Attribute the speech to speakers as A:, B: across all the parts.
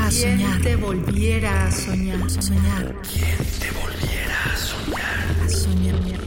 A: a soñar?
B: ¿Quién te volviera a soñar?
A: ¿Quién te volviera a soñar?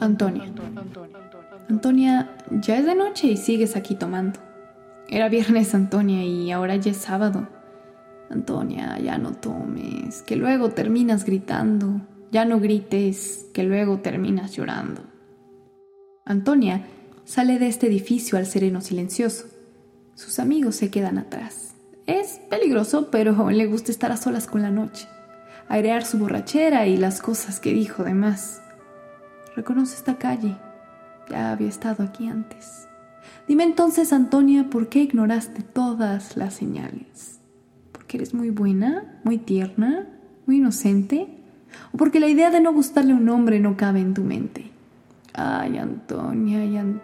C: Antonia, ya es de noche y sigues aquí tomando. Era viernes, Antonia, y ahora ya es sábado. Antonia, ya no tomes, que luego terminas gritando. Ya no grites, que luego terminas llorando. Antonia sale de este edificio al sereno silencioso. Sus amigos se quedan atrás. Es peligroso, pero le gusta estar a solas con la noche, airear su borrachera y las cosas que dijo de más. Reconoce esta calle. Ya había estado aquí antes. Dime entonces, Antonia, ¿por qué ignoraste todas las señales? ¿Porque eres muy buena, muy tierna, muy inocente? ¿O porque la idea de no gustarle a un hombre no cabe en tu mente? Ay, Antonia,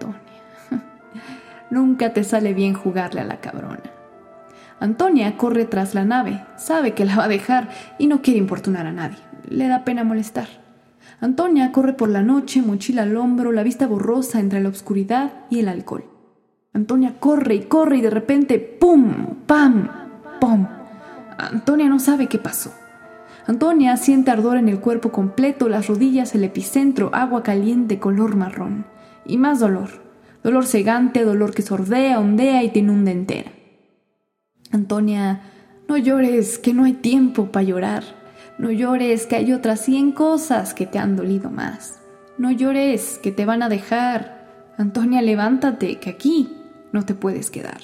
C: nunca te sale bien jugarle a la cabrona. Antonia corre tras la nave, sabe que la va a dejar y no quiere importunar a nadie. Le da pena molestar. Antonia corre por la noche, mochila al hombro, la vista borrosa entre la oscuridad y el alcohol. Antonia corre y de repente ¡pum! ¡Pam! ¡Pum! Antonia no sabe qué pasó. Antonia siente ardor en el cuerpo completo, las rodillas, el epicentro, agua caliente color marrón. Y más dolor. Dolor cegante, dolor que sordea, ondea y te inunda entera. Antonia, no llores, que no hay tiempo para llorar. No llores, que hay otras 100 cosas que te han dolido más. No llores, que te van a dejar. Antonia, levántate, que aquí no te puedes quedar.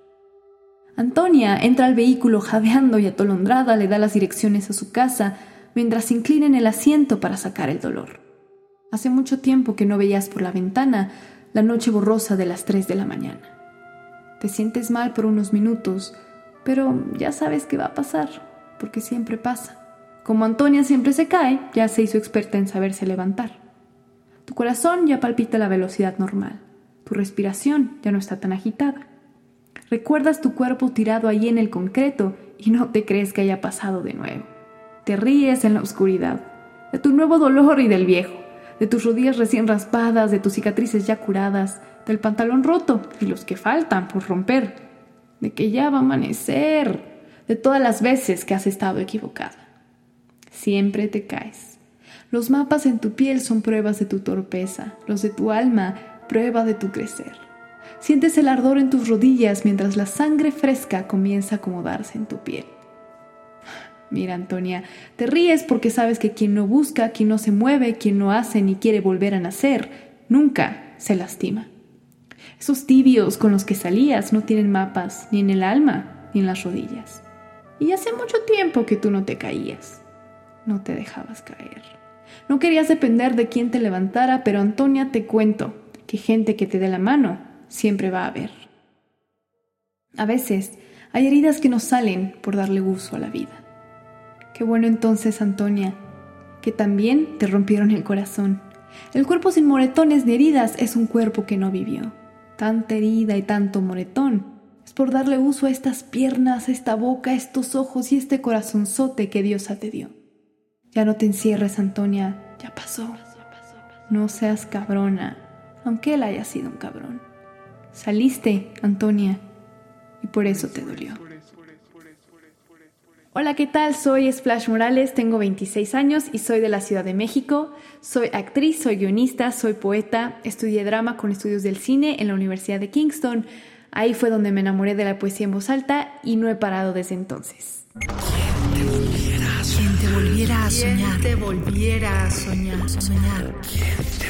C: Antonia entra al vehículo jadeando y atolondrada, le da las direcciones a su casa, mientras se inclina en el asiento para sacar el dolor. Hace mucho tiempo que no veías por la ventana la noche borrosa de las 3 de la mañana. Te sientes mal por unos minutos, pero ya sabes qué va a pasar, porque siempre pasa. Como Antonia siempre se cae, ya se hizo experta en saberse levantar. Tu corazón ya palpita a la velocidad normal. Tu respiración ya no está tan agitada. Recuerdas tu cuerpo tirado ahí en el concreto y no te crees que haya pasado de nuevo. Te ríes en la oscuridad, de tu nuevo dolor y del viejo, de tus rodillas recién raspadas, de tus cicatrices ya curadas, del pantalón roto y los que faltan por romper, de que ya va a amanecer, de todas las veces que has estado equivocada. Siempre te caes. Los mapas en tu piel son pruebas de tu torpeza, los de tu alma, prueba de tu crecer. Sientes el ardor en tus rodillas mientras la sangre fresca comienza a acomodarse en tu piel. Mira, Antonia, te ríes porque sabes que quien no busca, quien no se mueve, quien no hace ni quiere volver a nacer, nunca se lastima. Esos tibios con los que salías no tienen mapas ni en el alma ni en las rodillas. Y hace mucho tiempo que tú no te caías. No te dejabas caer. No querías depender de quién te levantara, pero Antonia, te cuento que gente que te dé la mano siempre va a haber. A veces hay heridas que no salen por darle uso a la vida. Qué bueno entonces, Antonia, que también te rompieron el corazón. El cuerpo sin moretones ni heridas es un cuerpo que no vivió. Tanta herida y tanto moretón es por darle uso a estas piernas, a esta boca, a estos ojos y este corazonzote que Diosa te dio. Ya no te encierres, Antonia, ya pasó. No seas cabrona, aunque él haya sido un cabrón. Saliste, Antonia, y por eso te dolió. Hola, ¿qué tal? Soy Splash Morales, tengo 26 años y soy de la Ciudad de México. Soy actriz, soy guionista, soy poeta, estudié drama con estudios del cine en la Universidad de Kingston. Ahí fue donde me enamoré de la poesía en voz alta y no he parado desde entonces.
A: ¿Quién te volviera a soñar?
B: ¿Quién te volviera a soñar?
A: ¿Quién te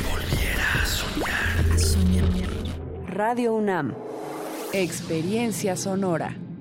A: volviera a soñar?
D: Radio UNAM. Experiencia sonora.